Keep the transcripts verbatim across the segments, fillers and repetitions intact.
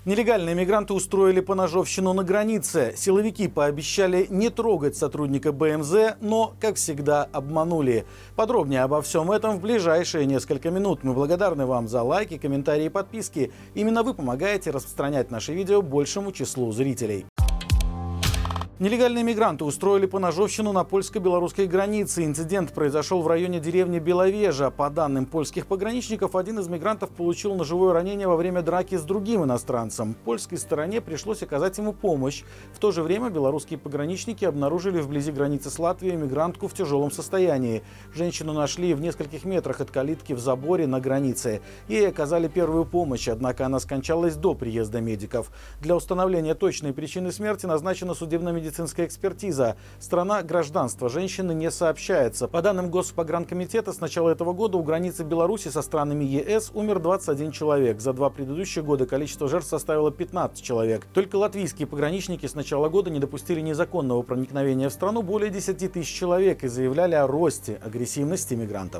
Нелегальные мигранты устроили поножовщину на границе. Силовики пообещали не трогать сотрудника Бэ Эм Зэ, но, как всегда, обманули. Подробнее обо всем этом в ближайшие несколько минут. Мы благодарны вам за лайки, комментарии и подписки. Именно вы помогаете распространять наши видео большему числу зрителей. Нелегальные мигранты устроили поножовщину на польско-белорусской границе. Инцидент произошел в районе деревни Беловежа. По данным польских пограничников, один из мигрантов получил ножевое ранение во время драки с другим иностранцем. Польской стороне пришлось оказать ему помощь. В то же время белорусские пограничники обнаружили вблизи границы с Латвией мигрантку в тяжелом состоянии. Женщину нашли в нескольких метрах от калитки в заборе на границе. Ей оказали первую помощь, однако она скончалась до приезда медиков. Для установления точной причины смерти назначена судебно-медицинская медицинская экспертиза. Страна гражданства женщины не сообщается. По данным Госпогранкомитета, с начала этого года у границы Беларуси со странами Е Эс умер двадцать один человек. За два предыдущих года количество жертв составило пятнадцать человек. Только латвийские пограничники с начала года не допустили незаконного проникновения в страну более десяти тысяч человек и заявляли о росте агрессивности мигрантов.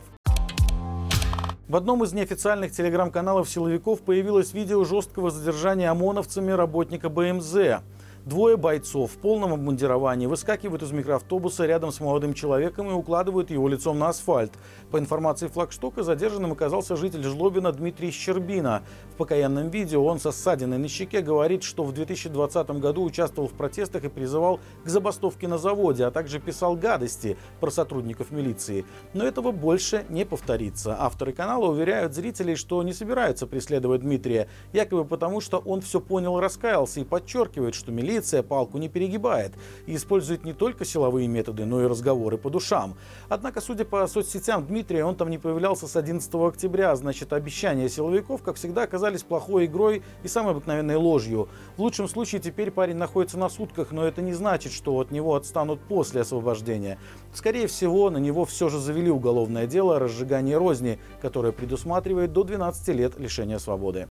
В одном из неофициальных телеграм-каналов силовиков появилось видео жесткого задержания ОМОНовцами работника Бэ Эм Зэ. Двое бойцов в полном обмундировании выскакивают из микроавтобуса рядом с молодым человеком и укладывают его лицом на асфальт. По информации Флагштока, задержанным оказался житель Жлобина Дмитрий Щербина. В покаянном видео он со ссадиной на щеке говорит, что в две тысячи двадцатом году участвовал в протестах и призывал к забастовке на заводе, а также писал гадости про сотрудников милиции. Но этого больше не повторится. Авторы канала уверяют зрителей, что не собираются преследовать Дмитрия, якобы потому, что он все понял и раскаялся, и подчеркивает, что милиция палку не перегибает и использует не только силовые методы, но и разговоры по душам. Однако, судя по соцсетям Дмитрия, он там не появлялся с одиннадцатого октября. Значит, обещания силовиков, как всегда, оказались плохой игрой и самой обыкновенной ложью. В лучшем случае теперь парень находится на сутках, но это не значит, что от него отстанут после освобождения. Скорее всего, на него все же завели уголовное дело о разжигании розни, которое предусматривает до двенадцати лет лишения свободы.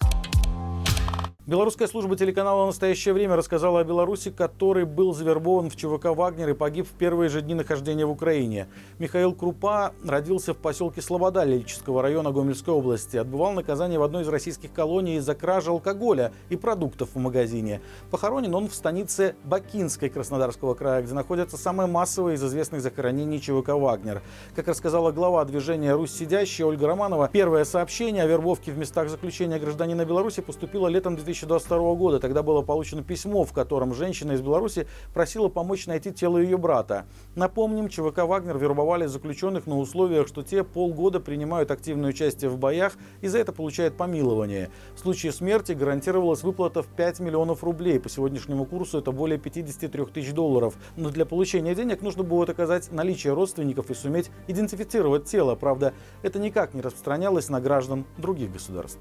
Белорусская служба телеканала «Настоящее время» рассказала о белорусе, который был завербован в Че Вэ Ка «Вагнер» и погиб в первые же дни нахождения в Украине. Михаил Крупа родился в поселке Слобода Лельчинского района Гомельской области. Отбывал наказание в одной из российских колоний из-за кражи алкоголя и продуктов в магазине. Похоронен он в станице Бакинской Краснодарского края, где находятся самые массовые из известных захоронений Че Вэ Ка «Вагнер». Как рассказала глава движения «Русь сидящая» Ольга Романова, первое сообщение о вербовке в местах заключения гражданина Беларуси поступило летом две тысячи двадцать второго года. Тогда было получено письмо, в котором женщина из Беларуси просила помочь найти тело ее брата. Напомним, Че Вэ Ка «Вагнер» вербовали заключенных на условиях, что те полгода принимают активное участие в боях и за это получают помилование. В случае смерти гарантировалась выплата в пять миллионов рублей. По сегодняшнему курсу это более пятидесяти трёх тысяч долларов. Но для получения денег нужно было доказать наличие родственников и суметь идентифицировать тело. Правда, это никак не распространялось на граждан других государств.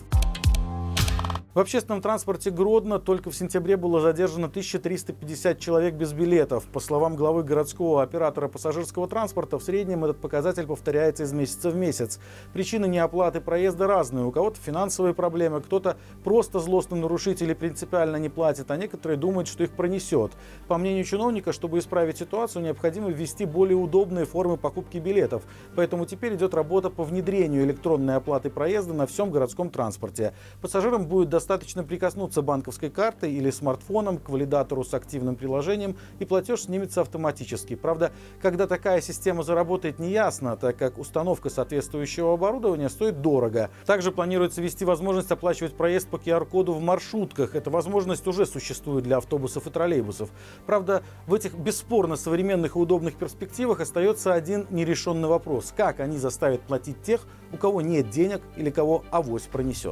В общественном транспорте Гродно только в сентябре было задержано тысяча триста пятьдесят человек без билетов. По словам главы городского оператора пассажирского транспорта, в среднем этот показатель повторяется из месяца в месяц. Причины неоплаты проезда разные. У кого-то финансовые проблемы, кто-то просто злостный нарушитель и принципиально не платит, а некоторые думают, что их пронесет. По мнению чиновника, чтобы исправить ситуацию, необходимо ввести более удобные формы покупки билетов. Поэтому теперь идет работа по внедрению электронной оплаты проезда на всем городском транспорте. Пассажирам будет достаточно Достаточно прикоснуться банковской картой или смартфоном к валидатору с активным приложением, и платеж снимется автоматически. Правда, когда такая система заработает, не ясно, так как установка соответствующего оборудования стоит дорого. Также планируется ввести возможность оплачивать проезд по ку ар коду в маршрутках. Эта возможность уже существует для автобусов и троллейбусов. Правда, в этих бесспорно современных и удобных перспективах остается один нерешенный вопрос. Как они заставят платить тех, у кого нет денег или кого авось пронесет?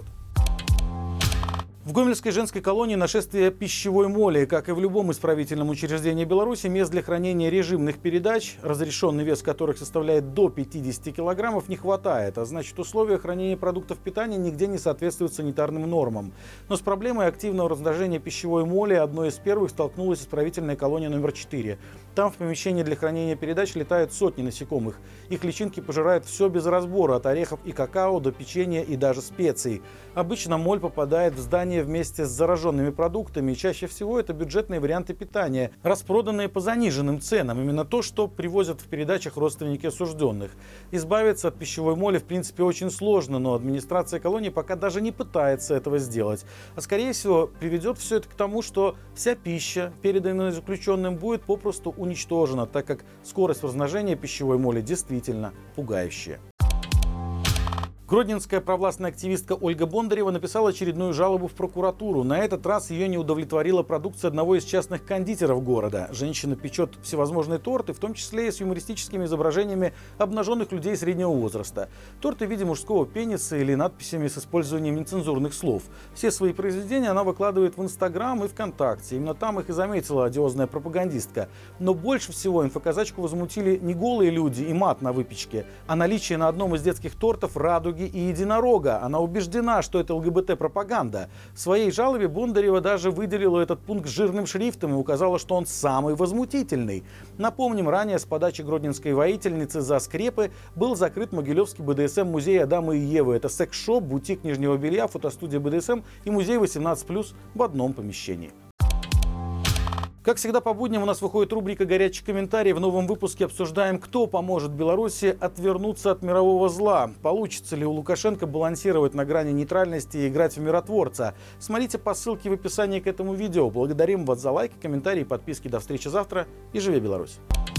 В Гомельской женской колонии нашествие пищевой моли. Как и в любом исправительном учреждении Беларуси, мест для хранения режимных передач, разрешенный вес которых составляет до пятидесяти килограммов, не хватает. А значит, условия хранения продуктов питания нигде не соответствуют санитарным нормам. Но с проблемой активного размножения пищевой моли одной из первых столкнулась исправительная колония номер четыре. Там в помещении для хранения передач летают сотни насекомых. Их личинки пожирают все без разбора, от орехов и какао до печенья и даже специй. Обычно моль попадает в здание питания вместе с зараженными продуктами. И чаще всего это бюджетные варианты питания, распроданные по заниженным ценам. Именно то, что привозят в передачах родственники осужденных. Избавиться от пищевой моли в принципе очень сложно, но администрация колонии пока даже не пытается этого сделать. А скорее всего приведет все это к тому, что вся пища, переданная заключенным, будет попросту уничтожена, так как скорость размножения пищевой моли действительно пугающая. Гродненская провластная активистка Ольга Бондарева написала очередную жалобу в прокуратуру. На этот раз ее не удовлетворила продукция одного из частных кондитеров города. Женщина печет всевозможные торты, в том числе и с юмористическими изображениями обнаженных людей среднего возраста. Торты в виде мужского пениса или надписями с использованием нецензурных слов. Все свои произведения она выкладывает в Инстаграм и ВКонтакте. Именно там их и заметила одиозная пропагандистка. Но больше всего инфоказачку возмутили не голые люди и мат на выпечке, а наличие на одном из детских тортов радуги и единорога. Она убеждена, что это ЛГБТ-пропаганда. В своей жалобе Бондарева даже выделила этот пункт жирным шрифтом и указала, что он самый возмутительный. Напомним, ранее с подачи гродненской воительницы за скрепы был закрыт Могилевский БДСМ-музей Адама и Евы. Это секс-шоп, бутик нижнего белья, фотостудия БДСМ и музей восемнадцать плюс в одном помещении. Как всегда по будням у нас выходит рубрика «Горячий комментарий». В новом выпуске обсуждаем, кто поможет Беларуси отвернуться от мирового зла. Получится ли у Лукашенко балансировать на грани нейтральности и играть в миротворца? Смотрите по ссылке в описании к этому видео. Благодарим вас за лайки, комментарии, подписки. До встречи завтра и живи Беларусь!